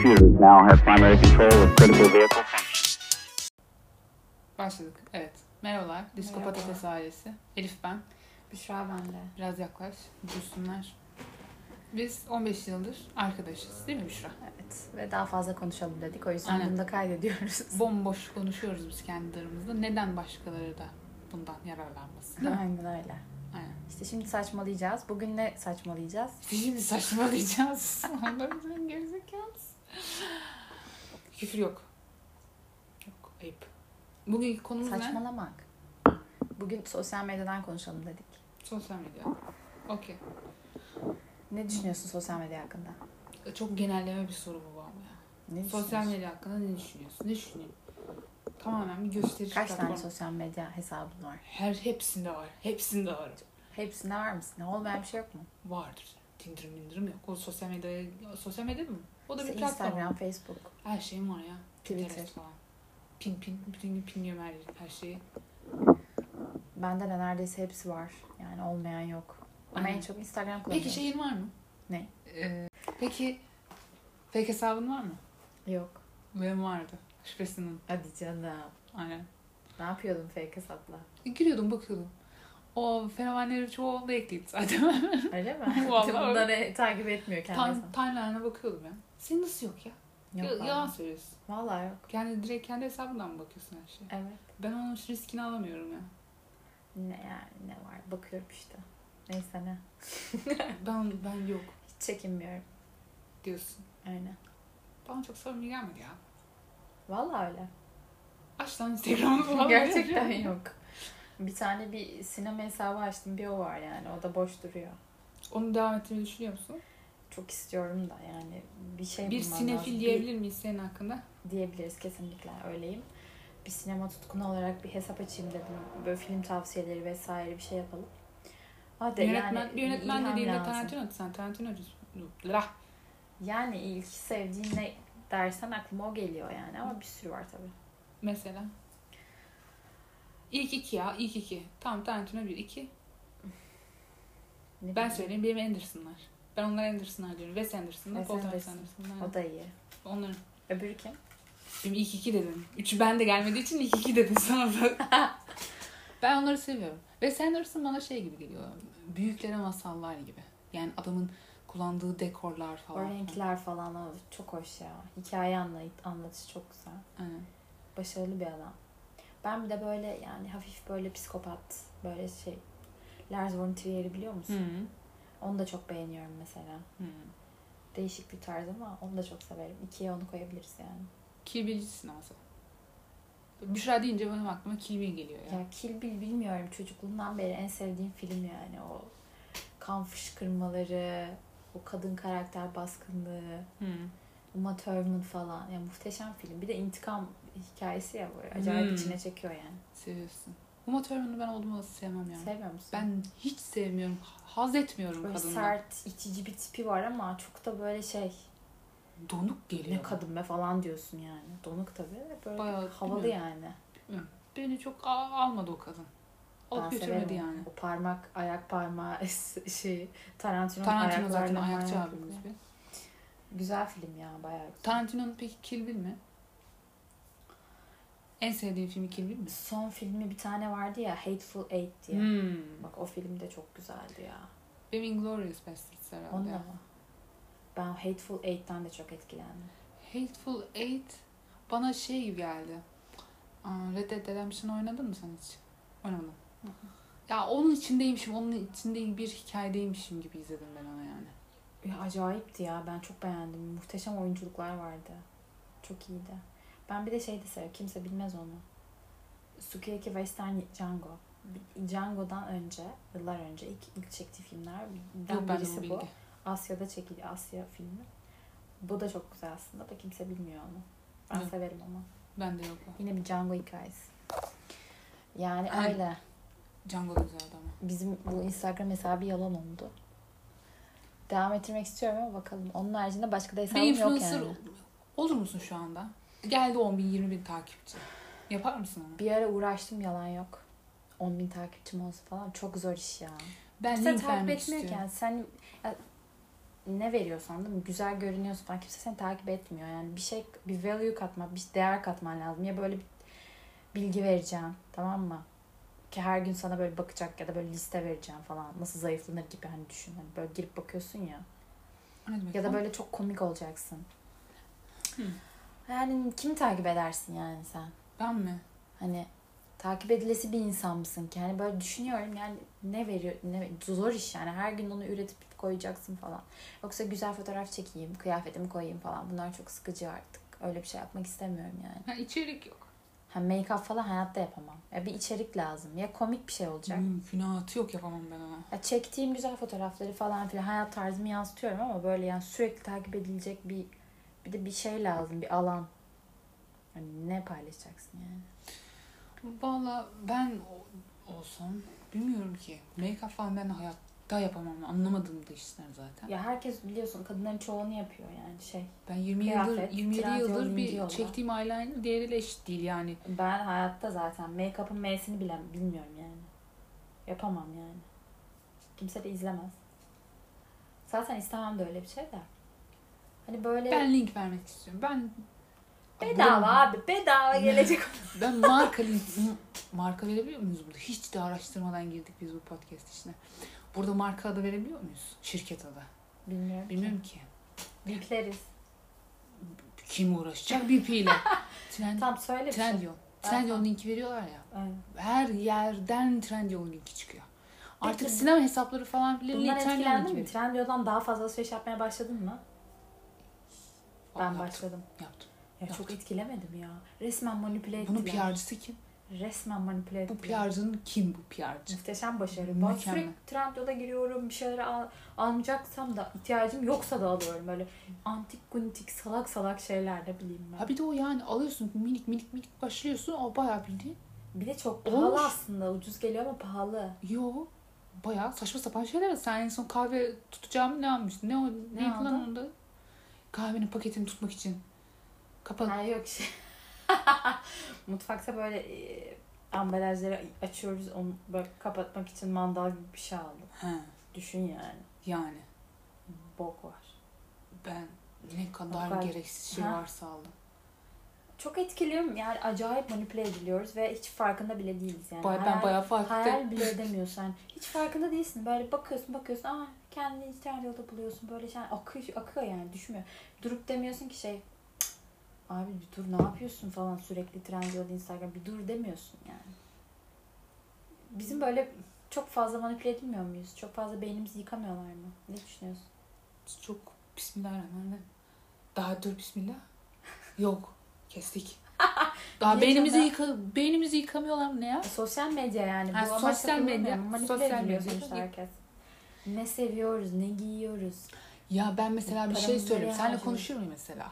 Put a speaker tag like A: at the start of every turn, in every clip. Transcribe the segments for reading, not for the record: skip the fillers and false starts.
A: computers now have primary control of critical vehicle functions.
B: Başladık. Evet. Merhabalar. Disko
C: Merhaba.
B: Patates ailesi. Elif ben.
C: Büşra bende.
B: Biraz yaklaş. Duysunlar. Biz 15 yıldır arkadaşız. Değil mi Büşra?
C: Evet. Ve daha fazla konuşalım dedik. O yüzden
B: Aynen.
C: bunu da kaydediyoruz.
B: Bomboş konuşuyoruz biz kendi aramızda. Neden başkaları da bundan yararlanmasın? Değil mi?
C: Aynen öyle.
B: Aynen.
C: İşte şimdi saçmalayacağız. Bugün ne saçmalayacağız?
B: Şimdi saçmalayacağız. Onların sen gerizekalısın. Küfür yok. Yok. Ayıp. Bugünkü konumuz ne?
C: Saçmalamak. Bugün sosyal medyadan konuşalım dedik.
B: Sosyal medya. Okey.
C: Ne düşünüyorsun sosyal medya hakkında?
B: Çok genelleme bir soru bu ama ya.
C: Ne
B: Sosyal
C: düşünüyorsun?
B: medya hakkında ne düşünüyorsun? Ne düşünüyorsun? Tamamen bir gösteriş
C: Kaç tane
B: platformu.
C: sosyal medya hesabın var?
B: Hepsinde var. Hepsinde var.
C: Hepsinde var mısın? Olmayan bir şey yok mu?
B: Vardır. Tindirim yok. O sosyal medya mı? O da
C: İşte
B: bir platform.
C: Instagram, Facebook,
B: Her şeyim var ya.
C: Twitter.
B: Pinterest falan. Bütün gün pinliyorum her şeyi.
C: Bende de neredeyse hepsi var. Yani olmayan yok. Ama
B: Aynen.
C: en çok Instagram kullanıyorum.
B: Peki şeyin var mı?
C: Ne?
B: Peki fake hesabın var mı?
C: Yok.
B: Benim vardı. Şüphesinin.
C: Hadi canım.
B: Aynen.
C: Ne yapıyordun fake hesapla?
B: Giriyordum bakıyordum. O fenomenleri çoğu da ekleyip zaten.
C: Öyle mi?
B: Vallahi
C: Bunları takip etmiyor kendisi.
B: Timeline'a bakıyordum ya. Senin nasıl yok ya?
C: Yok
B: Yalan
C: vallahi.
B: söylüyorsun.
C: Vallahi yok.
B: Direkt kendi hesabından mı bakıyorsun her şeye?
C: Evet.
B: Ben onun riskini alamıyorum ya.
C: Ne yani ne var? Bakıyorum işte. Neyse ne.
B: Ben yok
C: Hiç çekinmiyorum.
B: diyorsun.
C: Aynen.
B: Bana çok samimi gelmedi ya.
C: Vallahi öyle.
B: Aç lan Instagram'ı falan.
C: Gerçekten yok. Bir tane bir sinema hesabı açtım. Bir o var yani. O da boş duruyor.
B: Onu devam ettirmeyi düşünüyor musun?
C: Çok istiyorum da yani bir şey
B: Bir
C: bulmam
B: sinefil
C: lazım.
B: diyebilir miyiz senin hakkında?
C: Diyebiliriz kesinlikle öyleyim. Bir sinema tutkunu olarak bir hesap açayım dedim. Böyle film tavsiyeleri vesaire bir şey yapalım. Hadi
B: Bir
C: yani
B: yönetmen
C: ilham
B: dediğinde
C: lazım.
B: Tarantino. Sen Tarantino'cusun. Lah.
C: Yani ilk sevdiğin ne dersen aklıma o geliyor yani ama bir sürü var tabii.
B: Mesela. İlk iki ya. İlk iki. Tamam Tarantino 1, 2.
C: Ne
B: Ben
C: bileyim.
B: söyleyeyim benim Anderson'lar. Ben onlara Anderson'lar diyorum. Wes Anderson'lar,
C: Wes
B: Paul Thomas
C: Anderson.
B: Anderson'lar.
C: O da iyi.
B: Onların.
C: Öbürü kim?
B: Benim ilk iki dedim. Üçü bende gelmediği için ilk iki dedim sana da. Ben onları seviyorum. Wes Anderson bana şey gibi geliyor. Büyüklere masallar gibi. Yani adamın kullandığı dekorlar
C: O
B: falan.
C: renkler falan o çok hoş ya. Hikaye anlatışı çok güzel.
B: Aynen.
C: Başarılı bir adam. Ben bir de böyle yani hafif böyle psikopat böyle şey Lars von Trier'i biliyor musun?
B: Hı.
C: Onu da çok beğeniyorum mesela.
B: Hı.
C: Değişik bir tarz ama onu da çok severim. İkiye onu koyabiliriz yani.
B: Kill Bill'cisin ama sen. Büşra deyince benim aklıma Kill Bill geliyor ya.
C: Ya Kill Bill bilmiyorum. Çocukluğumdan beri en sevdiğim film yani. O kan fışkırmaları, o kadın karakter baskınlığı,
B: Hı.
C: Uma Thurman falan. Ya muhteşem film. Bir de intikam hikayesi ya böyle. Acayip içine çekiyor yani.
B: Seviyorsun. Uma Thurman'ı ben oldum olası sevmem ya.
C: Sevmiyor musun?
B: Ben hiç sevmiyorum. Haz etmiyorum
C: böyle
B: kadından.
C: sert, itici bir tipi var ama çok da böyle şey
B: Donuk geliyor.
C: ne kadın be falan diyorsun yani. Donuk tabii. Böyle
B: Bayağı,
C: havalı
B: bilmiyorum.
C: yani.
B: Beni çok almadı o kadın.
C: Ben
B: Alıp
C: severim
B: götürmedi
C: onu.
B: yani.
C: O parmak, ayak parmağı şey Tarantino'nun
B: Tarantino zaten
C: ayaklarıyla
B: ayakçı
C: manyak
B: abimiz
C: yapıyor.
B: bir.
C: Güzel film ya bayağı güzel.
B: Tarantino'nun peki Kill Bill mi? En sevdiğin filmi Kill Bill mi?
C: Son filmi bir tane vardı ya Hateful Eight diye. Bak o film de çok güzeldi ya.
B: Benim Inglourious Basterds herhalde.
C: Onunla mı? Ben Hateful Eight'ten de çok etkilendim.
B: Hateful Eight bana şey gibi geldi. Red Dead Redemption oynadın mı sen hiç? Oynamadın. Ya onun içindeymişim, onun içinde bir hikayedeymişim gibi izledim ben onu yani.
C: Ya, acayipti ya. Ben çok beğendim. Muhteşem oyunculuklar vardı. Çok iyiydi. Ben bir de şey de seviyorum. Kimse bilmez onu. Sukiyaki Western Django. Django'dan önce, yıllar önce ilk çektiği filmlerden
B: Yok ben
C: birisi
B: onu
C: bu.
B: bilgi.
C: Asya'da çekildi. Asya filmi. Bu da çok güzel aslında da kimse bilmiyor onu. Ben
B: Evet.
C: severim ama.
B: Ben de yok o.
C: Yine bir Django hikayesi. Yani
B: Ay.
C: öyle.
B: Django da güzeldi ama.
C: Bizim bu Instagram hesabı yalan oldu. Devam ettirmek istiyorum ama bakalım. Onun haricinde başka da
B: Bir
C: hesabım yok
B: influencer
C: yani.
B: olur musun şu anda? Geldi 10.000 20.000 takipçi. Yapar mısın onu?
C: Bir ara uğraştım yalan yok. 10.000 takipçim olsa falan. Çok zor iş ya.
B: Ben
C: Kimse
B: link
C: takip
B: vermek
C: etmiyor ki
B: istiyorum.
C: yani. Sen ya, ne veriyorsan değil mi? Güzel görünüyorsun falan. Kimse seni takip etmiyor. Yani bir value katman, bir değer katman lazım. Ya böyle bir bilgi vereceğim, tamam mı? Ki her gün sana böyle bakacak ya da böyle liste vereceğim falan. Nasıl zayıflanır gibi hani düşün. Hani böyle girip bakıyorsun ya. Ya da böyle çok komik olacaksın. Yani kimi takip edersin yani sen?
B: Ben mi?
C: Hani takip edilesi bir insan mısın ki? Hani böyle düşünüyorum yani ne veriyor, zor iş yani. Her gün onu üretip koyacaksın falan. Yoksa güzel fotoğraf çekeyim, kıyafetimi koyayım falan. Bunlar çok sıkıcı artık. Öyle bir şey yapmak istemiyorum yani.
B: Ha, içerik yok.
C: Ha, make-up falan hayatta yapamam. Ya bir içerik lazım. Ya komik bir şey olacak.
B: Mümkünatı yok, yapamam ben ona.
C: Ya çektiğim güzel fotoğrafları falan filan hayat tarzımı yansıtıyorum ama böyle yani sürekli takip edilecek bir de bir şey lazım, bir alan. Hani ne paylaşacaksın yani?
B: Valla ben olsam bilmiyorum ki. Make-up falan ben hayatta yapamam. Anlamadığım da işler zaten.
C: Ya herkes biliyorsun kadınların çoğunu yapıyor yani
B: Ben 20
C: Kıyafet,
B: 27
C: Trendyol,
B: yıldır bir
C: Trendyol'da.
B: çektiğim eyeliner diğeriyle eşit değil yani.
C: Ben hayatta zaten make-up'ın M'sini bile bilmiyorum yani. Yapamam yani. Kimse de izlemez. Zaten istemem de öyle bir şey de. Hani böyle
B: Ben link vermek istiyorum.
C: bedava abi. Bedava gelecek.
B: Ben marka verebiliyor muyuz burada? Hiç de araştırmadan girdik biz bu podcast işine. Burada marka adı verebiliyor muyuz? Şirket adı.
C: Bilmiyorum.
B: Bilmiyorum ki.
C: Yükleriz.
B: Kim uğraşacak BP ile?
C: Tam söyle bir şey.
B: Trendyol. Trendyol linki veriyorlar ya.
C: Aynen.
B: Her yerden Trendyol linki çıkıyor. Artık
C: Peki,
B: sinema hesapları falan bile
C: bundan
B: Trendyol
C: etkilendin
B: linki
C: mi?
B: veriyor.
C: Trendyol'dan daha fazla alışveriş yapmaya başladın mı? Ben
B: Yaptım,
C: başladım.
B: Yaptım.
C: Ya
B: Yaptım.
C: çok etkilemedim ya. Resmen manipüle ettiler.
B: Bunun PR'cısı kim?
C: Resmen manipüle
B: Bu
C: ettiler.
B: PR'cının kim bu PR'cı?
C: Muhteşem başarı. Ben
B: Mükemmel.
C: sürekli Trendyol'a giriyorum. Bir şeyler almayacaksam da ihtiyacım yoksa da alıyorum. Böyle antik guntik salak salak şeyler de bileyim ben.
B: Ha bir de o yani alıyorsun minik başlıyorsun o bayağı bildiğin.
C: Bir de çok
B: Olmuş.
C: pahalı aslında. Ucuz geliyor ama pahalı.
B: Yo bayağı saçma sapan şeyler. Sen en son kahve tutacağım ne almıştın? Ne
C: aldın?
B: kullanıldı? Kahvenin paketini tutmak için. Kapalı.
C: Ha yok şey. Mutfakta böyle ambalajları açıyoruz. Onu böyle kapatmak için mandal gibi bir şey aldım.
B: He,
C: Düşün yani.
B: yani
C: Bok var.
B: ben ne kadar gereksiz şey
C: Ha.
B: varsa aldım.
C: Çok etkiliyorum. Yani acayip manipüle ediliyoruz ve hiç farkında bile değiliz yani.
B: Ben bayağı farklı.
C: Hayal bile edemiyorsun. Yani hiç farkında değilsin. Böyle bakıyorsun. Aa kendini internet yolda buluyorsun. Böyle şey akıyor yani düşmüyor. Durup demiyorsun ki şey "Cık, abi bir dur ne yapıyorsun falan sürekli Trendyol'da Instagram bir dur demiyorsun yani. Bizim böyle çok fazla manipüle edilmiyor muyuz? Çok fazla beynimizi yıkamıyorlar mı? Ne düşünüyorsun?
B: Çok bismillahirrahmanirrahim. Daha dur bismillah. Yok. Kestik. Daha beynimizi yıkamıyorlar mı ne ya?
C: Sosyal medya yani.
B: Ha,
C: Bu amaçla
B: sosyal medya.
C: kullanılmıyor. Manipüle
B: Sosyal
C: ediliyor
B: medya.
C: sonuçta herkes. Ne seviyoruz, ne giyiyoruz.
B: Ya ben mesela bir şey
C: Paramızı
B: söyleyeyim.
C: nereye
B: Seninle
C: harcıyoruz?
B: konuşuyorum mesela.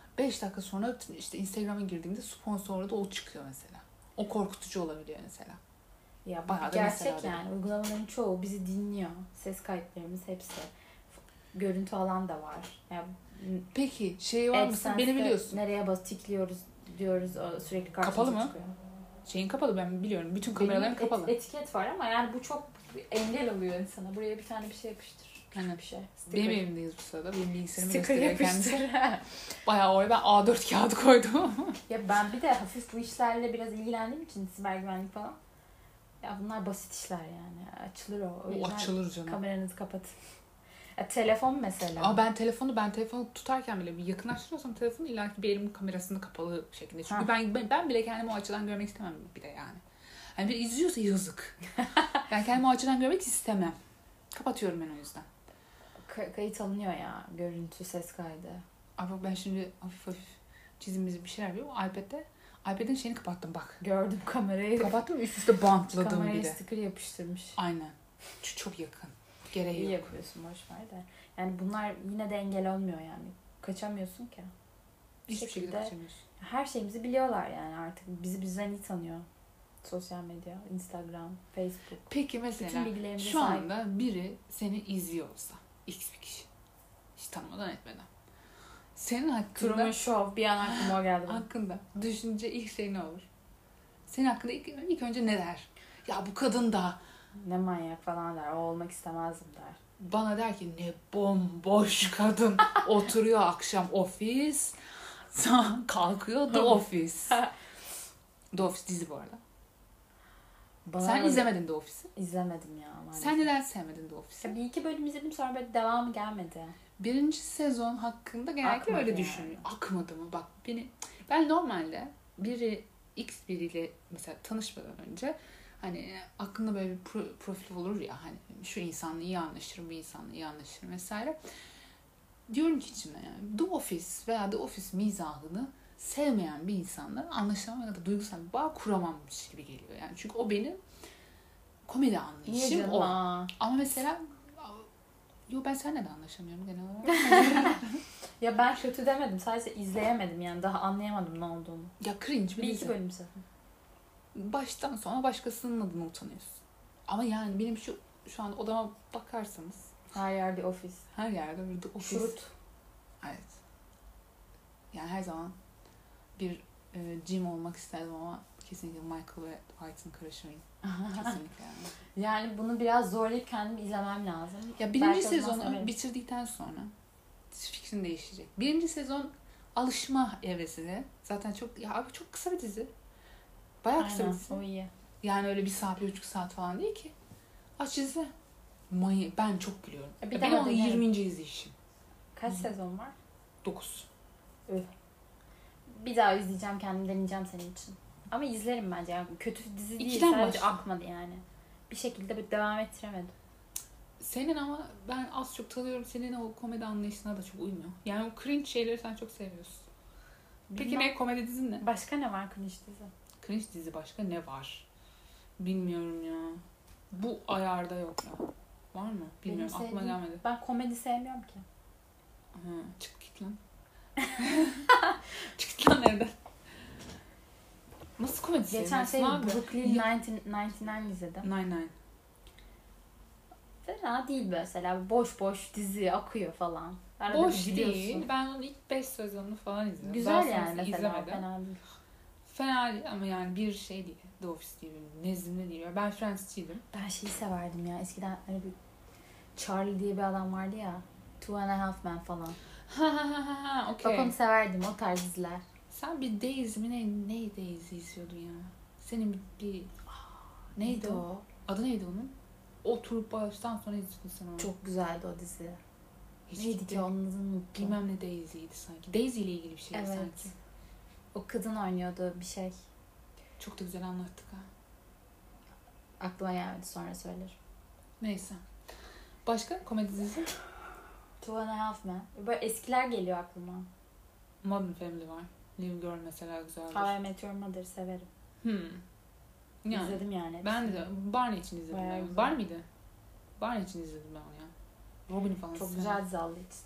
B: 5 dakika sonra işte Instagram'a girdiğimde sponsorlu da o çıkıyor mesela. O korkutucu olabiliyor mesela.
C: Ya bu
B: Bayağı
C: bir
B: da
C: gerçek
B: mesela
C: yani. Uygulamaların çoğu bizi dinliyor. Ses kayıtlarımız hepsi. Görüntü alan da var. Ya,
B: Peki şey var mısın? Beni biliyorsun.
C: Nereye tıklıyoruz diyoruz sürekli karşımıza
B: Kapalı mı?
C: çıkıyor.
B: Şeyin kapalı ben biliyorum. Bütün kameraların
C: Benim
B: kapalı.
C: etiket var ama yani bu çok engel oluyor insana. Buraya bir tane bir şey yapıştır.
B: Aynen.
C: Bir şey.
B: Benim evimdeyiz bu sırada. Benim bilgisayarımı
C: Sticker
B: gösteriyor
C: yapıştır.
B: kendisi. Bayağı oraya ben A4 kağıdı koydum.
C: Ya ben bir de hafif bu işlerle biraz ilgilendiğim için siber güvenlik falan. Ya bunlar basit işler yani. Açılır o. O
B: O
C: yüzden
B: açılır canım.
C: kameranızı kapatın. Ya telefon mesela.
B: Ama ben telefonu tutarken bile bir yakınlaştırıyorsam telefonu illaki bir elimin kamerasında kapalı şeklinde. Çünkü ben bile kendimi o açıdan görmek istemem bir de yani. Yani bir izliyorsa yazık. Ben kendimi o açıdan görmek istemem. Kapatıyorum ben o yüzden.
C: Kayıt alınıyor ya. Görüntü, ses kaydı.
B: Abi ben şimdi hafif çizimimizi bir şeyler yapıyorum. iPad'in şeyini kapattım bak.
C: Gördüm kamerayı.
B: Kapattım üst üste bantladım
C: Kameraya
B: bir de.
C: sticker yapıştırmış.
B: Aynen. Çok yakın. Gereği
C: İyi
B: yok.
C: yapıyorsun boş ver de. Yani bunlar yine de engel olmuyor yani. Kaçamıyorsun ki.
B: Hiçbir şekilde kaçamıyorsun.
C: Her şeyimizi biliyorlar yani artık. Bizi bizden iyi tanıyor. Sosyal medya, Instagram, Facebook.
B: Peki
C: Bütün
B: mesela
C: bilgilerimize
B: şu
C: sahip.
B: anda biri seni izliyor olsa. X bir kişi. Hiç tanımadan etmeden. Senin hakkında
C: Truman Show bir an aklıma o geldi.
B: hakkında düşünce ilk şey ne olur? Senin hakkında ilk önce ne der? Ya bu kadın da
C: Ne manyak falan der. O olmak istemezdim der.
B: bana der ki ne bomboş kadın oturuyor akşam ofis, sonra kalkıyor The Office. The Office dizi bu arada. Sen izlemedin The Office'i.
C: İzlemedim ya maalesef.
B: Sen neden sevmedin The Office'i?
C: Bir iki bölüm izledim sonra böyle devamı gelmedi.
B: Birinci sezon hakkında genellikle
C: Akmadı
B: öyle
C: yani.
B: düşünüyorum. Akmadı mı? Bak ben normalde biriyle mesela tanışmadan önce hani aklında böyle bir profil olur ya, hani şu insanla iyi anlaşırım, bir insanla iyi anlaşırım vesaire. Diyorum ki içimden, yani The Office veya The Office mizahını sevmeyen bir insanla anlaşamam ya da duygusal bir bağ kuramammış gibi geliyor. Yani çünkü o benim komedi
C: Niye
B: anlayışım
C: canım?
B: o.
C: Aa.
B: Ama mesela ben seninle de anlaşamıyorum genel olarak.
C: Ya ben kötü demedim. Sadece izleyemedim yani. Daha anlayamadım ne olduğunu.
B: Ya cringe bir
C: Bir
B: dizi.
C: iki bölüm izledim.
B: Baştan sona başkasının adına utanıyorsun. Ama yani benim şu an odama bakarsanız
C: Her yerde ofis.
B: her yerde bir The Office.
C: Şurut.
B: Evet. Yani her zaman bir Jim olmak isterdim ama kesinlikle Michael ve White'ın karışmayın. Kesinlikle yani.
C: Yani bunu biraz zorlayıp kendimi izlemem lazım.
B: Ya birinci
C: Belki o zaman
B: sezonu
C: severim.
B: bitirdikten sonra fikrin değişecek. Birinci sezon alışma evresi. Zaten çok kısa bir dizi. Bayağı kısa bir
C: Aynen,
B: dizi.
C: o iyi.
B: Yani öyle 1 saat, 1,5 saat falan değil ki. Aç izle. Ben çok gülüyorum.
C: Bir
B: Benim
C: daha
B: onun
C: denerim.
B: 20. izleyişim.
C: Kaç sezon var?
B: 9.
C: Bir daha izleyeceğim, kendim deneyeceğim senin için. Ama izlerim bence. Yani kötü dizi değil.
B: İkiden
C: Sadece
B: başla.
C: akmadı yani. Bir şekilde bir devam ettiremedim.
B: Senin ama ben az çok tanıyorum. Senin o komedi anlayışına da çok uymuyor. Yani o cringe şeyleri sen çok seviyorsun. Peki
C: Bilmem.
B: ne komedi dizin ne?
C: Başka ne var cringe dizi?
B: Cringe dizi başka ne var? Bilmiyorum ya. Bu ayarda yok ya. Var mı? Bilmiyorum.
C: Benim
B: Aklıma
C: sevdiğim-
B: gelmedi.
C: Ben komedi sevmiyorum ki.
B: Ha, çık git lan. çık git lan evden. Nasıl komedi
C: Geçen
B: seviyorsun abi?
C: Brooklyn Nine-Nine izledim.
B: Nine.
C: Fena değil mesela. Boş boş dizi akıyor falan. Arada
B: Boş
C: bir gülüyorsun.
B: değil. Ben onun ilk 5 sezonunu falan izledim.
C: Güzel
B: Daha
C: yani
B: sonrasını
C: mesela.
B: izlemedim.
C: Fena değil.
B: Fena değil ama yani bir şey değil. The Office değil. Nezdimde değil. Ben Friends'çiydim.
C: Ben şeyi severdim ya. Eskiden hani bir Charlie diye bir adam vardı ya. Two and a Half Men falan.
B: Ha,
C: Bak onu
B: okey.
C: severdim o tarz diziler.
B: Sen bir Days mi ne Days izliyordun ya? Senin neydi o? Adı neydi onun? Oturup baştan sona izledin sen onu.
C: Çok güzeldi o dizi.
B: Hiç
C: Neydi
B: gitti.
C: ki onun adını unuttum.
B: Bilmem ne Daisy'ydi sanki. Daisy ile ilgili bir şeydi
C: Evet.
B: sanki.
C: O kadın oynuyordu bir şey.
B: Çok da güzel anlattık ha.
C: Aklıma gelmedi sonra söylerim.
B: Neyse. Başka komedi dizisi?
C: Two and a Half Men. Böyle eskiler geliyor aklıma.
B: Modern Family var. New Girl mesela güzeldir.
C: How I Met Your Mother'ı severim.
B: Yani.
C: İzledim yani.
B: Ben
C: hepsini.
B: de Barney için izledim.
C: Bayağı
B: Ben.
C: güzel.
B: Barney miydi? Barney için izledim ben onu ya. Robin falan.
C: Çok
B: sevmem.
C: güzel dizi aldığı için.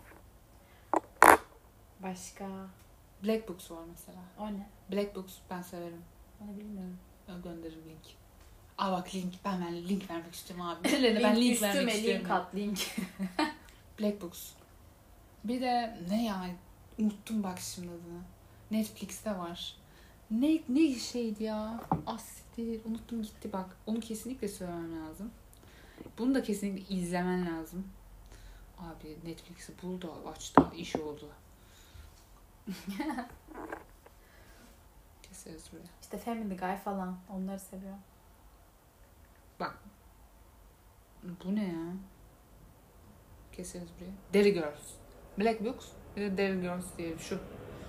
C: Başka?
B: Black Books var mesela.
C: O ne?
B: Black Books ben severim.
C: Onu bilmiyorum.
B: Ben gönderirim link. Bak link. Ben link vermek istiyorum abi. Birilerine ben link vermek istiyorum.
C: Link at link.
B: Black Books. Bir de ne ya? Unuttum bak şimdi adını. Netflix'te var. Ne şeydi ya? Siktir. Unuttum gitti bak. Onu kesinlikle söylemem lazım. Bunu da kesinlikle izlemen lazım. Abi Netflix'i bul da aç da iş oldu. Keseriz buraya.
C: İşte Family Guy falan. Onları seviyorum.
B: Bu ne ya? Keseriz buraya. Derry Girls. Black Books. Bir de Derry Girls diye şu.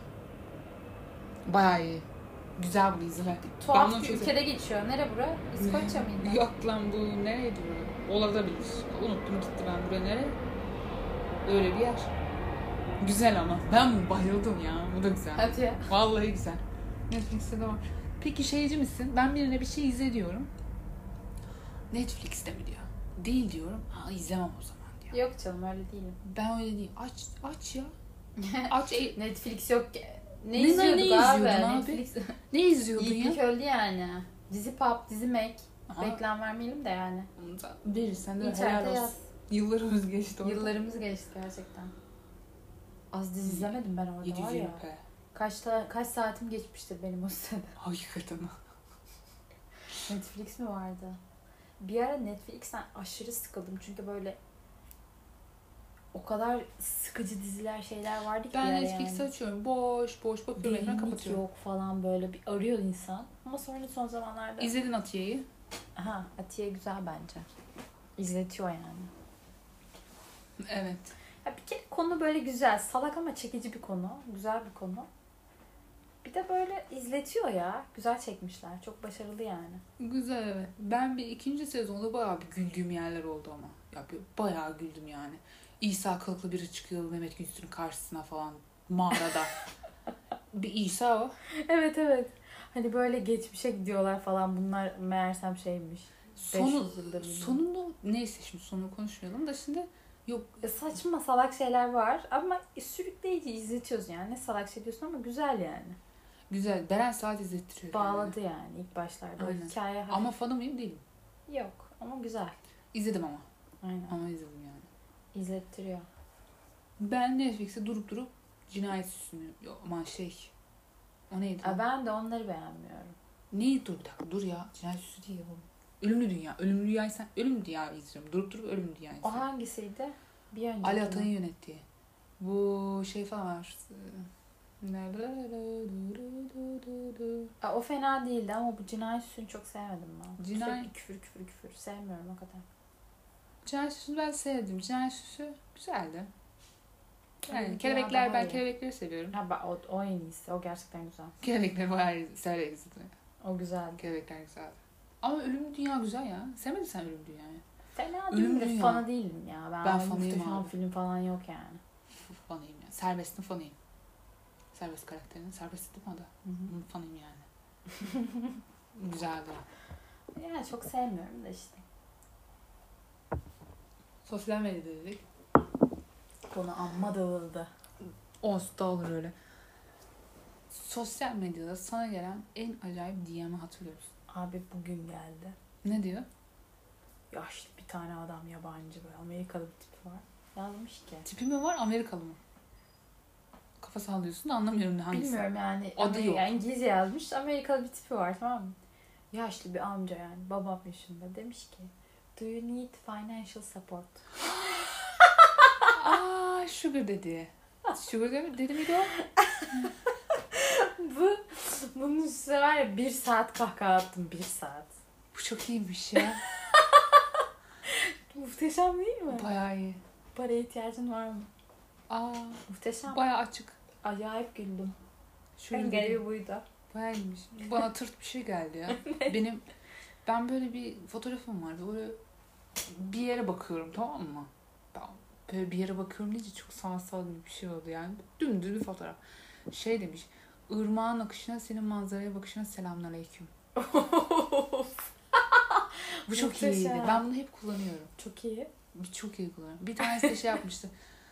B: Bayağı iyi. Güzel bu izle.
C: Tuhaf
B: bunu
C: bir
B: çok
C: ülkede geçiyor. Nere bura? İskoçya mıydı?
B: Yok lan bu nereydi bu? Olabilir. Unuttum gitti ben buraya nereye? Öyle bir yer. Güzel ama. Ben bayıldım ya. Bu da güzel.
C: Hadi ya.
B: Vallahi güzel. Netflix'te de var. Peki şeyci misin? Ben birine bir şey izle diyorum. Netflix'te mi diyor. Değil diyorum. İzlemem o zaman diyor.
C: Yok canım öyle değilim.
B: Ben öyle değil. Aç ya. Aç.
C: Netflix yok ki. Ne
B: Ne
C: izliyorduk
B: izliyordun
C: abi?
B: abi?
C: Netflix.
B: Ne izliyordun
C: İlk
B: ya?
C: öldü yani. Dizi Pop, Dizi Mac.
B: Aha.
C: Reklam vermeyelim de yani.
B: Onu da verirsen de
C: İnternete
B: helal olsun.
C: yaz.
B: Yıllarımız geçti orada.
C: Yıllarımız geçti gerçekten. Az dizi izlemedim ben orada var ya.
B: 720p.
C: Kaç saatim geçmiştir benim o sırada.
B: Hakikaten.
C: Netflix mi vardı? Bir ara Netflix'ten aşırı sıkıldım çünkü böyle o kadar sıkıcı diziler şeyler vardı ki.
B: Ben
C: yani.
B: Netflix'i açıyorum. Boş boş bakıyorum. Ekranı
C: Derinlik
B: kapatıyorum.
C: yok falan böyle bir arıyor insan. Ama sonra son zamanlarda...
B: İzledin Atiye'yi.
C: Aha, Atiye güzel bence. İzletiyor yani.
B: Evet.
C: Ya bir kere konu böyle güzel. Salak ama çekici bir konu. Güzel bir konu. Bir de böyle izletiyor ya. Güzel çekmişler. Çok başarılı yani.
B: Güzel evet. Ben bir ikinci sezonda bayağı bir güldüğüm yerler oldu ama. Ya bayağı güldüm yani. İsa kılıklı biri çıkıyor Mehmet Günsür'ün karşısına falan. Mağarada. Bir İsa o.
C: Evet evet. Hani böyle geçmişe gidiyorlar falan. Bunlar meğersem şeymiş. 500 yıldır bilmem.
B: Sonunda neyse şimdi sonunu konuşmayalım da şimdi yok.
C: Saçma salak şeyler var ama sürükleyici izletiyoruz yani. Ne salak şey diyorsun ama güzel yani.
B: Güzel. Beren Saat izlettiriyor.
C: Bağladı yani ilk başlarda. O
B: Aynen.
C: hikaye
B: Ama fanı mıyım değilim.
C: yok ama güzel.
B: İzledim ama.
C: Aynen.
B: Ama izledim yani.
C: İzlettiriyor.
B: Ben Netflix'te durup Cinayet Süsü'nü aman o neydi?
C: Ben de onları beğenmiyorum.
B: Neyi dur bir dakika dur ya. Cinayet Süsü değil oğlum. Ölümlü Dünya. Ölümlü Dünya'yı sen Ölümlü Dünya'yı izliyorum. Durup Ölümlü Dünya'yı
C: O
B: izliyorum.
C: hangisiydi? Bir önceki
B: Ali
C: mi?
B: Atay'ın yönettiği. Bu falan var.
C: O fena değildi ama bu cinayet süsünü çok sevmedim ben.
B: Cinayet-
C: Sürekli küfür. Sevmiyorum o kadar.
B: Cinayet Süsü'nü ben sevdim. Cinayet Süsü güzeldi. Yani
C: Dünya
B: kelebekler
C: daha
B: ben
C: iyi.
B: kelebekleri seviyorum.
C: O en iyisi. O gerçekten güzel.
B: Kelebekleri bayağı severek izledim.
C: O güzel.
B: Kelebekler güzeldi. Ama Ölümlü Dünya güzel ya. Sevmedin sen Ölümlü Dünya'yı?
C: Fena
B: Ölüm
C: değil de
B: Dünya.
C: fanı değilim ya.
B: Ben
C: o
B: fanıyım
C: Muhteşem
B: abi.
C: film falan yok yani.
B: Fanıyım ya. Serbest'in fanıyım. Serbest karakterinin. Serbest değil mi adı?
C: Hı hı.
B: Bunun fanıyım yani. Güzeldi.
C: Yani çok sevmiyorum da işte.
B: Sosyal medya dedik.
C: Konu amma dağıldı.
B: Olsun da olur öyle. Sosyal medyada sana gelen en acayip DM'i hatırlıyor musun?
C: Abi bugün geldi.
B: Ne diyor?
C: Yaşlı bir tane adam yabancı böyle Amerikalı bir tipi var. Yazmış ki.
B: Tipi mi var Amerikalı mı? Kafa sallıyorsun da anlamıyorum ne hangisi.
C: Bilmiyorum yani.
B: Adı yok.
C: Yani İngilizce yazmış. Amerikalı bir tipi var tamam mı? Yaşlı bir amca yani. Babam yaşında. Demiş ki do you need financial support?
B: Aa Sugar dedi. Sugar dedi miydi o?
C: Bunun üstüne var ya 1 saat kahkaha attım. 1 saat.
B: Bu çok iyiymiş ya.
C: Muhteşem değil mi?
B: Bayağı iyi.
C: Paraya ihtiyacın var mı?
B: Aa
C: Muhteşem.
B: bayağı açık.
C: Acayip güldüm.
B: Sugar
C: En
B: dedi.
C: garibi buydu.
B: Bayağı iyiymiş. Bana tırt bir şey geldi ya. Ben böyle bir fotoğrafım var. Böyle bir yere bakıyorum tamam mı? Ben böyle bir yere bakıyorum deyince çok sanatsal gibi bir şey oldu yani. Dümdüz bir fotoğraf. Şey demiş. Irmağın akışına senin manzaraya bakışına selamünaleyküm. Bu çok
C: Muhteşem.
B: iyiydi. Ben bunu hep kullanıyorum.
C: Çok iyi.
B: Çok iyi kullanıyorum. Bir tanesi de şey yapmıştı.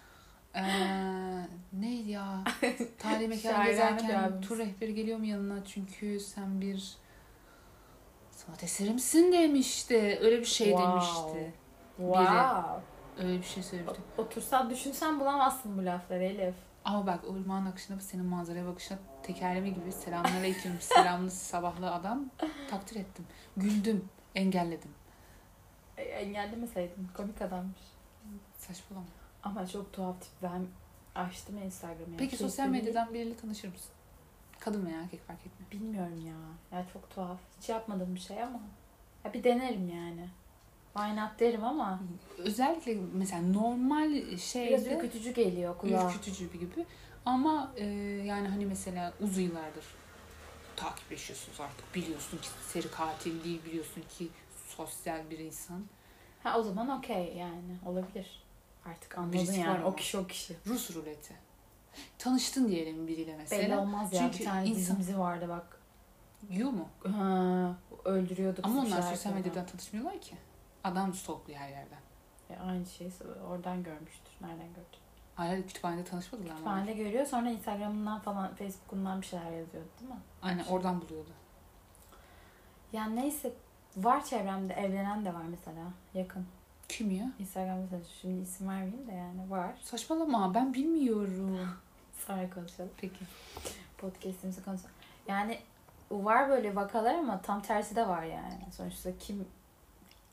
B: Neydi ya? Tarihi mekan
C: Şairane bir
B: gezerken
C: abimiz.
B: tur rehberi geliyor mu yanına? Çünkü sen bir sanat eserimsin demişti. Öyle bir şey
C: Wow.
B: demişti.
C: Wow.
B: Öyle bir şey söylemişti.
C: Otursan düşünsen bulamazsın bu lafları Elif.
B: Ama bak o ırmağın akışına senin manzaraya bakışına tekerleme gibi selamünaleyküm selamlı sabahlı adam takdir ettim. Güldüm. Engelledim.
C: Engellemeseydin. Komik adammış.
B: Saçmalama.
C: Ama çok tuhaf tip. Ben açtım Instagram'ı.
B: Peki sosyal medyadan biriyle tanışır mısın? Kadın veya erkek fark etmiyor.
C: Bilmiyorum ya. Ya çok tuhaf. Hiç yapmadığım bir şey ama. Ya bir denerim yani. Why not derim ama.
B: Özellikle mesela normal
C: Biraz
B: şeyde
C: ürkütücü geliyor kulağa.
B: ürkütücü bir gibi. Ama yani hani mesela uzun yıllardır takipleşiyorsunuz artık. Biliyorsun ki seri katil değil, biliyorsun ki sosyal bir insan.
C: Ha o zaman okey yani. Olabilir. Artık anladın
B: Birisi var
C: yani.
B: ama.
C: O kişi o kişi.
B: Rus ruleti. Tanıştın diyelim biriyle mesela.
C: Belli olmaz ya.
B: Çünkü
C: Bir tane
B: insan-
C: dizimizi vardı bak.
B: Yiyor mu?
C: Ha, öldürüyorduk.
B: Ama onlar
C: suçlar
B: sosyal
C: falan.
B: medyadan tanışmıyorlar ki. Adam stalkluyor her yerden.
C: Aynı şeyi oradan görmüştür. Nereden gördü?
B: Hayır kütüphanede tanışmadılar mı?
C: Kütüphanede görüyor sonra Instagram'ından falan Facebook'undan bir şeyler yazıyordu değil mi?
B: Aynen oradan buluyordu.
C: Yani neyse var çevremde evlenen de var mesela yakın.
B: Kim ya?
C: Instagram'da şimdi isim vermeyeyim de yani var.
B: Saçmalama ben bilmiyorum.
C: Sonra konuşalım.
B: Peki.
C: Podcast'imizi konuşalım. Yani var böyle vakalar ama tam tersi de var yani. Sonuçta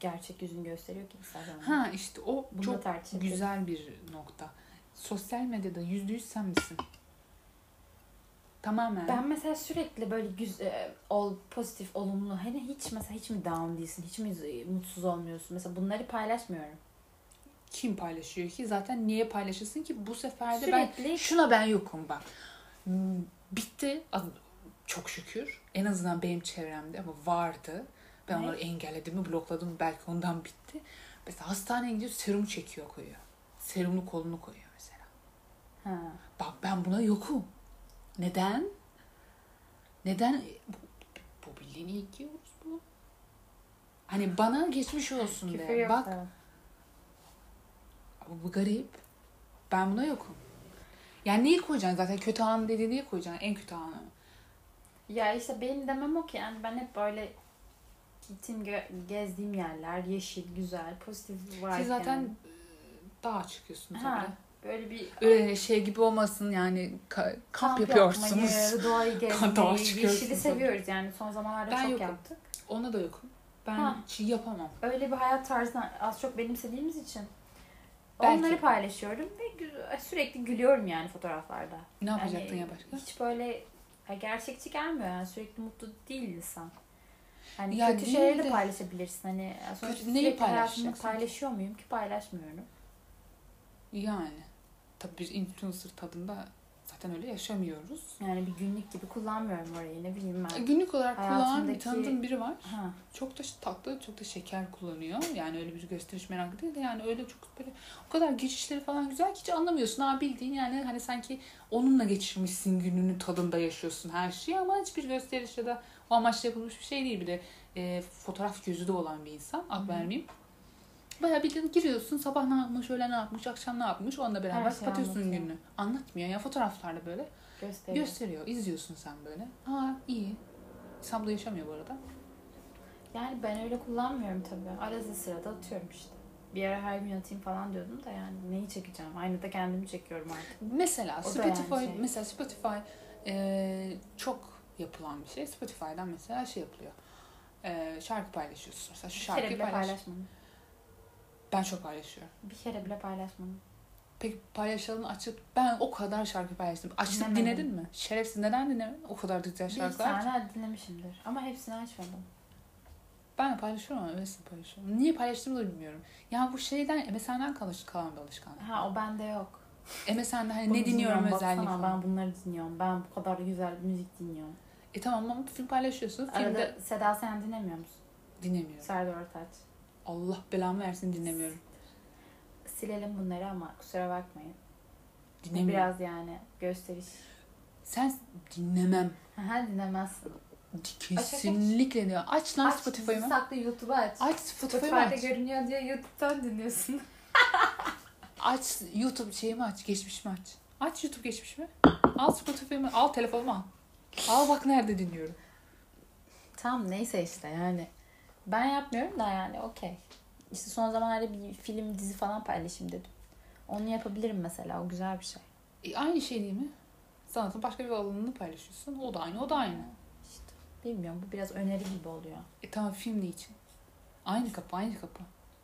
C: gerçek yüzünü gösteriyor ki Instagram'da.
B: Ha işte o
C: Bunu da
B: çok
C: tartışabiliriz.
B: güzel bir nokta. Sosyal medyada %100 sen misin? Tamamen.
C: Ben mesela sürekli böyle pozitif, olumlu. Hani hiç mesela hiç mi down değilsin? Hiç mi mutsuz olmuyorsun? Mesela bunları paylaşmıyorum.
B: Kim paylaşıyor ki? Zaten niye paylaşırsın ki? Bu sefer de
C: Sürekli
B: şuna ben yokum bak. Bitti. Çok şükür. En azından benim çevremde ama vardı. Ben
C: Ne?
B: onları engelledim mi, blokladım mı, belki ondan bitti. Mesela hastaneye gidiyor, serum çekiyor, koyuyor. Serumlu kolunu koyuyor mesela.
C: Ha.
B: Bak ben buna yokum. Neden? Neden? Bu bildiğin iyi ki bu. Hani bana geçmiş olsun
C: Küfür
B: de.
C: yok
B: Bak
C: da.
B: bu garip. Ben buna yokum. Yani neyi koyacaksın zaten? Kötü anı dediğin neyi koyacaksın? En kötü anı.
C: Ya işte benim demem o ki yani ben hep böyle gittiğim, gezdiğim yerler yeşil, güzel, pozitif vibe.
B: Siz zaten
C: yani.
B: dağa çıkıyorsunuz
C: Ha,
B: öyle.
C: böyle bir
B: Öyle şey gibi olmasın yani kamp yapıyorsunuz.
C: yapmayı, doğayı
B: Dağa
C: gezmeyi,
B: çıkıyorsunuz.
C: yeşili seviyoruz yani son zamanlarda
B: Ben
C: çok
B: yokum.
C: yaptık.
B: Ona da yokum. Ben
C: Ha.
B: hiç yapamam.
C: Öyle bir hayat tarzını az çok benimsediğimiz için
B: Belki.
C: onları paylaşıyorum ve sürekli gülüyorum yani fotoğraflarda.
B: Ne yapacaktın
C: Yani
B: ya başka?
C: hiç böyle gerçekçi gelmiyor yani sürekli mutlu değil insan. Hani
B: Ya
C: kötü
B: değil
C: şeyleri de
B: de-
C: paylaşabilirsin. Hani sonuçta
B: Kötü- neyi
C: sürekli hayatımda
B: paylaşacaksın?
C: paylaşıyor muyum ki paylaşmıyorum.
B: Yani. Tabii biz influencer tadında zaten öyle yaşamıyoruz.
C: Yani bir günlük gibi kullanmıyorum orayı ne bileyim ben.
B: Günlük olarak kullanan bir
C: Hayatımdaki-
B: tanıdığım biri var.
C: Ha.
B: Çok da tatlı, çok da şeker kullanıyor. Yani öyle bir gösteriş meraklı değil de yani öyle çok böyle o kadar geçişleri falan güzel ki hiç anlamıyorsun. Ha bildiğin yani hani sanki onunla geçirmişsin gününün tadında yaşıyorsun her şeyi ama hiçbir gösteriş ya da o amaçla yapılmış bir şey değil. Bir de fotoğraf gözü de olan bir insan. Ad vermeyeyim. Bayağı bildiğin giriyorsun sabah ne yapmış, öğlen ne yapmış, akşam ne yapmış onunla beraber
C: Her şeyi
B: kapatıyorsun
C: anlatıyor.
B: gününü. Anlatmıyor ya fotoğraflarda böyle
C: Gösteriyor.
B: gösteriyor. İzliyorsun sen böyle. Ha iyi. İstanbul'da yaşamıyor bu arada.
C: Yani ben öyle kullanmıyorum tabii. Arada sırada atıyorum işte. Bir ara her gün atayım falan diyordum da yani neyi çekeceğim? Aynada kendimi çekiyorum artık.
B: Mesela
C: O da yani
B: Spotify
C: şey.
B: mesela Spotify çok yapılan bir şey. Spotify'dan mesela şey yapılıyor. Şarkı paylaşıyorsun. Mesela şu
C: Bir kere
B: şarkıyı
C: bile
B: paylaş.
C: paylaşmadım.
B: Ben çok paylaşıyorum.
C: Bir kere bile paylaşmadım.
B: Peki paylaşalım açıp ben o kadar şarkı paylaştım. Açıp
C: Dinlemedim.
B: dinledin mi? Şerefsiz neden dinlemedin? O kadar güzel
C: Bir
B: şarkılar.
C: tane dinlemişimdir. Ama hepsini açmadım.
B: Ben de paylaşıyorum ama öylesine paylaşıyorum. Niye paylaştığımı da bilmiyorum. Ya bu şeyden MSN'den kalan bir alışkanlık.
C: Ha o bende yok.
B: MSN'de hani
C: Bunu
B: ne dinliyorum
C: dinliyorum,
B: özelliği
C: baksana,
B: falan.
C: ben bunları dinliyorum. Ben bu kadar güzel müzik dinliyorum.
B: Tamam ama film paylaşıyorsun. Filmde
C: Arada Seda Sayan dinlemiyor musun?
B: dinlemiyorum.
C: Serdar Ortaç.
B: Allah belamı versin dinlemiyorum.
C: Silelim bunları ama kusura bakmayın. Bu
B: Dinlemiyorum.
C: biraz yani gösteriş.
B: Sen dinlemem.
C: Ha dinlemezsin.
B: Kesinlikle diyor. Aç lan
C: Aç
B: Spotify'ımı.
C: saklı YouTube'u aç.
B: Aç Spotify'ımı
C: Spotify'da
B: aç.
C: görünüyor diye YouTube'dan dinliyorsun.
B: Aç YouTube şeyimi aç. Geçmişimi aç. Aç YouTube geçmişimi. Al Spotify'ımı. Al telefonumu al. Al bak nerede dinliyorum.
C: Tamam neyse işte yani. Ben yapmıyorum da yani okey. İşte son zamanlarda bir film, dizi falan paylaşayım dedim. Onu yapabilirim mesela. O güzel bir şey.
B: Aynı şey değil mi? Sanatın başka bir alanını paylaşıyorsun. O da aynı, o da aynı.
C: İşte bilmiyorum. Bu biraz öneri gibi oluyor.
B: Tamam film ne için? Aynı kapı, aynı kapı.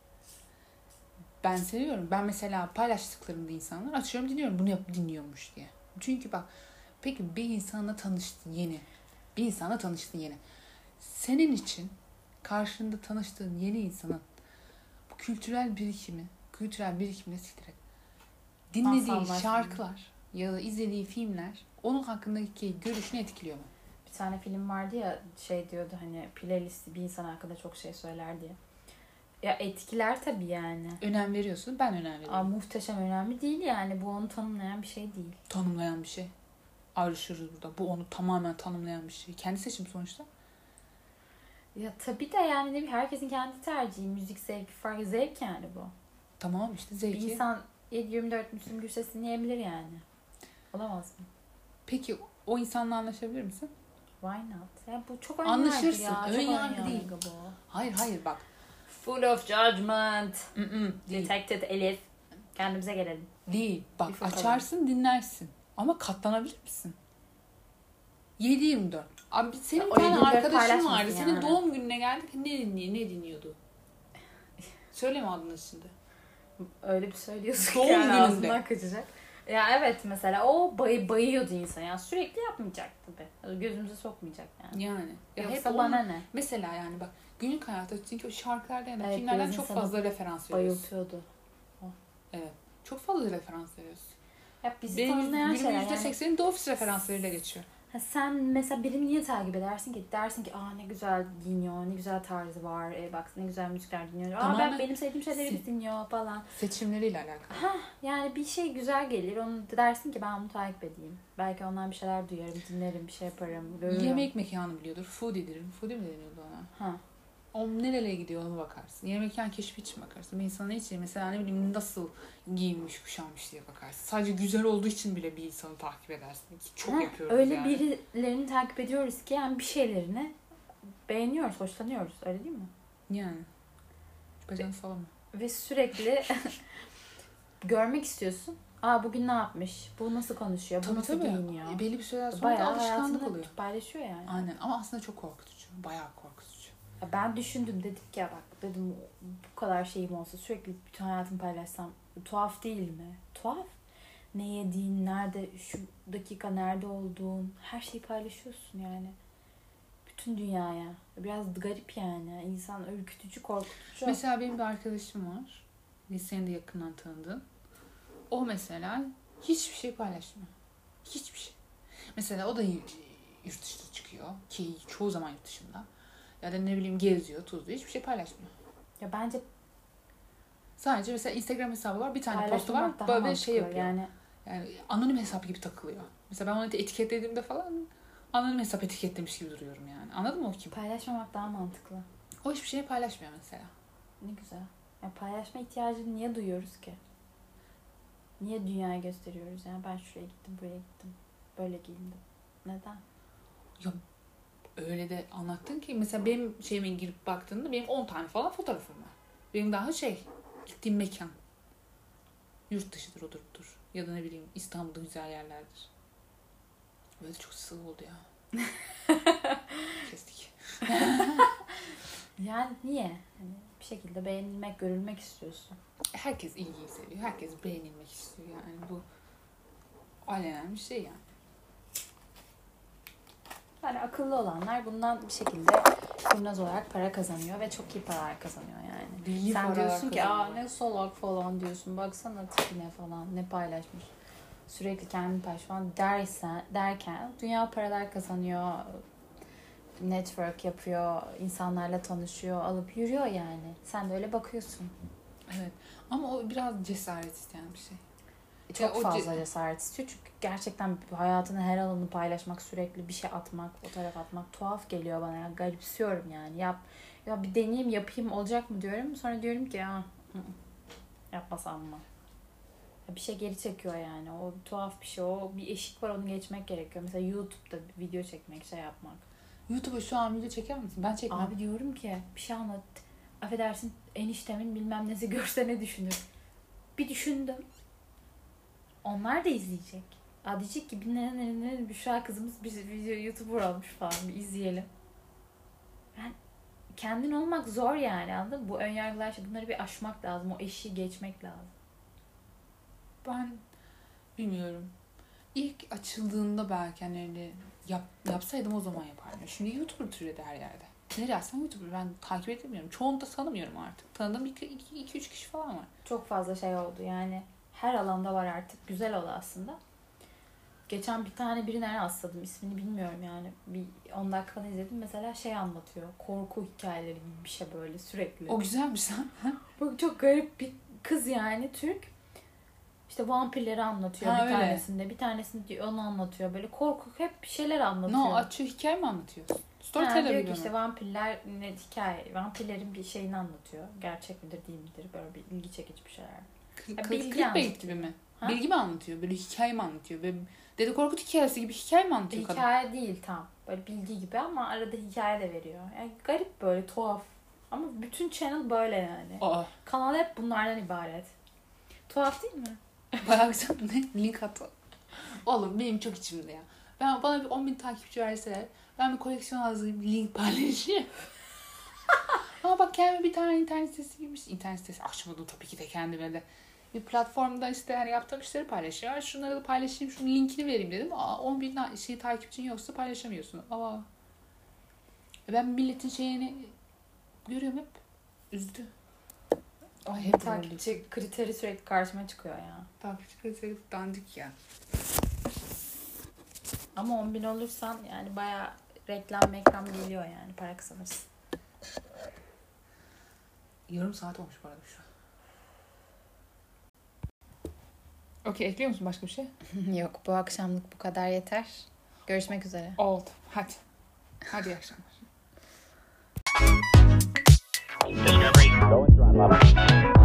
B: Ben seviyorum. Ben mesela paylaştıklarımda insanlar açıyorum dinliyorum. Bunu dinliyormuş diye. Çünkü bak peki bir insanla tanıştın yeni. Bir insanla tanıştın yeni. Senin için karşında tanıştığın yeni insanın bu kültürel birikimine siktir et. Dinlediği
C: Masallar,
B: şarkılar ya da izlediği filmler onun hakkındaki görüşünü etkiliyor mu?
C: Bir tane film vardı ya şey diyordu hani playlisti bir insan hakkında çok şey söyler diye. Ya etkiler tabii yani.
B: Önem veriyorsun. Ben önem veriyorum.
C: Aa, muhteşem önemli değil yani. Bu onu tanımlayan bir şey değil.
B: Tanımlayan bir şey. Ayrışıyoruz burada. Bu onu tamamen tanımlayan bir şey. Kendi seçim sonuçta.
C: Ya tabii de yani ne bileyim herkesin kendi tercihi. Müzik zevki farklı zevk yani bu.
B: Tamam işte
C: Bir
B: zevki.
C: insan 7-24 Müslüm Gürses dinleyebilir yani. Olamaz mı?
B: Peki o insanla anlaşabilir misin?
C: Why not? Ya bu çok
B: Anlaşırsın.
C: ya.
B: Ön
C: Çok
B: yargı değil.
C: bu.
B: Hayır bak.
C: Full of judgment.
B: Değil.
C: Detected Elif. Kendimize gelelim.
B: Değil. Bak
C: Bir fotoğraf.
B: açarsın dinlersin. Ama katlanabilir misin? 7-24. Abi senin
C: O
B: bir tane
C: 7-24
B: arkadaşın
C: paylaşmasın
B: vardı. Senin
C: yani.
B: doğum gününe geldik. Ne dinliyordu? Söyleme adını şimdi.
C: Öyle bir söylüyorsun
B: Doğum
C: ki yani
B: gününde.
C: ağzından kaçacak. Ya evet mesela o bayıyordu insan. Yani sürekli yapmayacak tabii. Gözümüze sokmayacak yani.
B: Yani. Ya
C: Yoksa
B: hep
C: bana
B: onu,
C: ne?
B: mesela yani bak günlük hayatta çünkü o şarkılardan ya da
C: Evet,
B: filmlerden
C: biraz
B: çok
C: insanı
B: fazla referans veriyorsun.
C: Bayıltıyordu.
B: Evet. Çok fazla referans veriyorsun.
C: Ya bizi
B: Benim
C: tanımlayan
B: günümün
C: şeyler yani.
B: %80'i The Office referanslarıyla geçiyor.
C: Ha, sen mesela birini niye takip edersin ki? Dersin ki aa ne güzel giyiniyor, ne güzel tarzı var, bak ne güzel müzikler dinliyor. Aa
B: Tamamen
C: benim sevdiğim şeyleri dinliyor falan.
B: Seçimleriyle alakalı.
C: Yani bir şey güzel gelir, onu dersin ki ben onu takip edeyim. Belki ondan bir şeyler duyarım, dinlerim, bir şey yaparım, görürüm.
B: Yemek mekanı biliyordur. Foodie'dir. Foodie mi deniyordu ona?
C: Ha.
B: O nereye gidiyor ona bakarsın. Yemek mekan keşfi için bakarsın. Bir insana için mesela ne bileyim nasıl giyinmiş, kuşanmış diye bakarsın. Sadece güzel olduğu için bile bir insanı takip edersin. Çok yapıyoruz
C: öyle
B: yani.
C: birilerini takip ediyoruz ki yani bir şeylerini beğeniyoruz, hoşlanıyoruz. Öyle değil mi?
B: Yani. Bacağını sallama.
C: Ve sürekli görmek istiyorsun. Aa bugün ne yapmış? Bu nasıl konuşuyor? Bu nasıl giyiniyor?
B: Belli bir süre sonra da
C: Bayağı
B: alışkanlık
C: hayatını
B: oluyor.
C: paylaşıyor yani.
B: Aynen ama aslında çok korkutucu. Bayağı korkutucu.
C: Ben düşündüm dedim ki ya bak dedim bu kadar şeyim olsa sürekli bütün hayatımı paylaşsam tuhaf değil mi? Tuhaf. Ne yediğin, nerede, şu dakika nerede olduğun her şeyi paylaşıyorsun yani. Bütün dünyaya. Biraz garip yani. İnsan ürkütücü, korkutucu.
B: Mesela benim bir arkadaşım var. Senin de yakından tanıdığın. O mesela hiçbir şey paylaşmıyor. Hiçbir şey. Mesela o da yurt dışına çıkıyor. Ki çoğu zaman yurt dışında. Ya da ne bileyim geziyor, tuzluyor. Hiçbir şey paylaşmıyor.
C: Ya bence
B: Sadece mesela Instagram hesabı var. Bir tane postu var.
C: paylaşmamak daha
B: Böyle
C: mantıklı.
B: şey yapıyor.
C: Yani
B: Anonim hesap gibi takılıyor. Mesela ben onu etiketlediğimde falan anonim hesap etiketlemiş gibi duruyorum yani. Anladın mı o kim?
C: paylaşmamak daha mantıklı.
B: O hiçbir şey paylaşmıyor mesela.
C: Ne güzel. Ya paylaşma ihtiyacını niye duyuyoruz ki? Niye dünyaya gösteriyoruz? Yani ben şuraya gittim, buraya gittim. Böyle giyindim. Neden?
B: Ya öyle de anlattın ki mesela benim şeyime girip baktığında benim 10 tane falan fotoğrafım var. Benim daha gittiğim mekan. Yurt dışıdır, odur budur. Ya da ne bileyim İstanbul'da güzel yerlerdir. Böyle çok sığ oldu ya. Kestik.
C: Yani niye? Hani bir şekilde beğenilmek, görülmek istiyorsun.
B: Herkes ilgiyi seviyor. Herkes beğenilmek istiyor yani. Bu alenen bir şey yani.
C: Yani akıllı olanlar bundan bir şekilde kurnaz olarak para kazanıyor ve çok iyi paralar kazanıyor yani.
B: Deli
C: Sen
B: paralar
C: diyorsun ki aa
B: kazanıyor.
C: ne salak falan diyorsun. Baksana tipine falan ne paylaşmış. Sürekli kendini paylaş falan derken dünya paralar kazanıyor. Network yapıyor, insanlarla tanışıyor, alıp yürüyor yani. Sen de öyle bakıyorsun.
B: Evet. Ama o biraz cesaret isteyen bir şey.
C: Çok
B: o
C: fazla cesaret istiyor çünkü gerçekten hayatının her alanını paylaşmak, sürekli bir şey atmak, fotoğraf atmak tuhaf geliyor bana. Yani garipsiyorum yani. Ya bir deneyeyim, yapayım olacak mı diyorum. Sonra diyorum ki ya yapmasam mı? Ya bir şey geri çekiyor yani. O tuhaf bir şey. O bir eşik var, onu geçmek gerekiyor. Mesela YouTube'da bir video çekmek, şey yapmak.
B: YouTube'a şu an video çeker misin? Ben çekmem.
C: Abi diyorum ki bir şey anlat. Affedersin eniştemin bilmem nesi görse ne düşünür. Bir düşündüm. Onlar da izleyecek. Aa diyecek ki bir Büşra kızımız bir video YouTuber olmuş falan, bir izleyelim. Ben kendin olmak zor yani, anladın mı? Bu önyargılar, bunları bir aşmak lazım. O eşiği geçmek lazım.
B: Ben bilmiyorum. İlk açıldığında belki hani yapsaydım o zaman yapardım. Şimdi YouTuber türedi her yerde. Nereye açsam YouTuber. Ben takip edemiyorum. Çoğunu da tanımıyorum artık. Tanıdığım 2-3 kişi falan var.
C: Çok fazla şey oldu yani. Her alanda var artık. Güzel oldu aslında. Geçen bir tane birine rastladım. İsmini bilmiyorum yani. Bir 10 dakikanı izledim. Mesela şey anlatıyor. Korku hikayeleri gibi bir şey böyle sürekli.
B: O güzelmiş lan.
C: Bu çok garip bir kız yani. Türk. İşte vampirleri anlatıyor
B: Ha,
C: bir
B: öyle.
C: tanesinde. Bir tanesinde onu anlatıyor. Böyle korku hep bir şeyler anlatıyor.
B: No, açıyor hikaye mi anlatıyor?
C: Yani
B: Storyteller
C: diyor
B: gibi
C: ki işte
B: mi?
C: vampirler ne hikaye. Vampirlerin bir şeyini anlatıyor. Gerçek midir değil midir? Böyle bir ilgi çekici bir şeyler. bilgi
B: Clickbait
C: anlatıyor.
B: gibi mi?
C: Ha?
B: Bilgi mi anlatıyor? Böyle hikaye mi anlatıyor? Böyle Dede Korkut hikayesi gibi hikaye mi anlatıyor kadın?
C: Hikaye değil tam. Böyle bilgi gibi ama arada hikaye de veriyor. Yani garip, böyle tuhaf. Ama bütün channel böyle yani.
B: Aa,
C: Kanal hep bunlardan ibaret. Tuhaf değil mi?
B: bayağı güzel. Ne? Link at. Oğlum benim çok içimde ya. Bana bir 10.000 takipçi verseler ben bir koleksiyon hazırlayıp link paylaşayım. Ama bak kendime bir tane internet sitesi gibi internet sitesi açmadım tabii ki de kendime de. Bir platformda işte hani yaptığım işleri paylaşıyor. Şunları da paylaşayım, şunun linkini vereyim dedim. 10 bin takipçin yoksa paylaşamıyorsun. Ben milletin şeyini görüyorum hep. Üzdü. Ay hep
C: Takipçi kriteri sürekli karşıma çıkıyor ya.
B: Takipçi kriteri dandik ya.
C: Ama 10.000 olursan yani bayağı reklam geliyor yani. Para kazanırsın.
B: Yarım saat olmuş bu arada şu an. Okey, ekliyor musun başka bir şey?
C: Yok, bu akşamlık bu kadar yeter. Görüşmek üzere.
B: Oldu. Hadi. Hadi iyi akşamlar.
A: Discovery. Going through on level.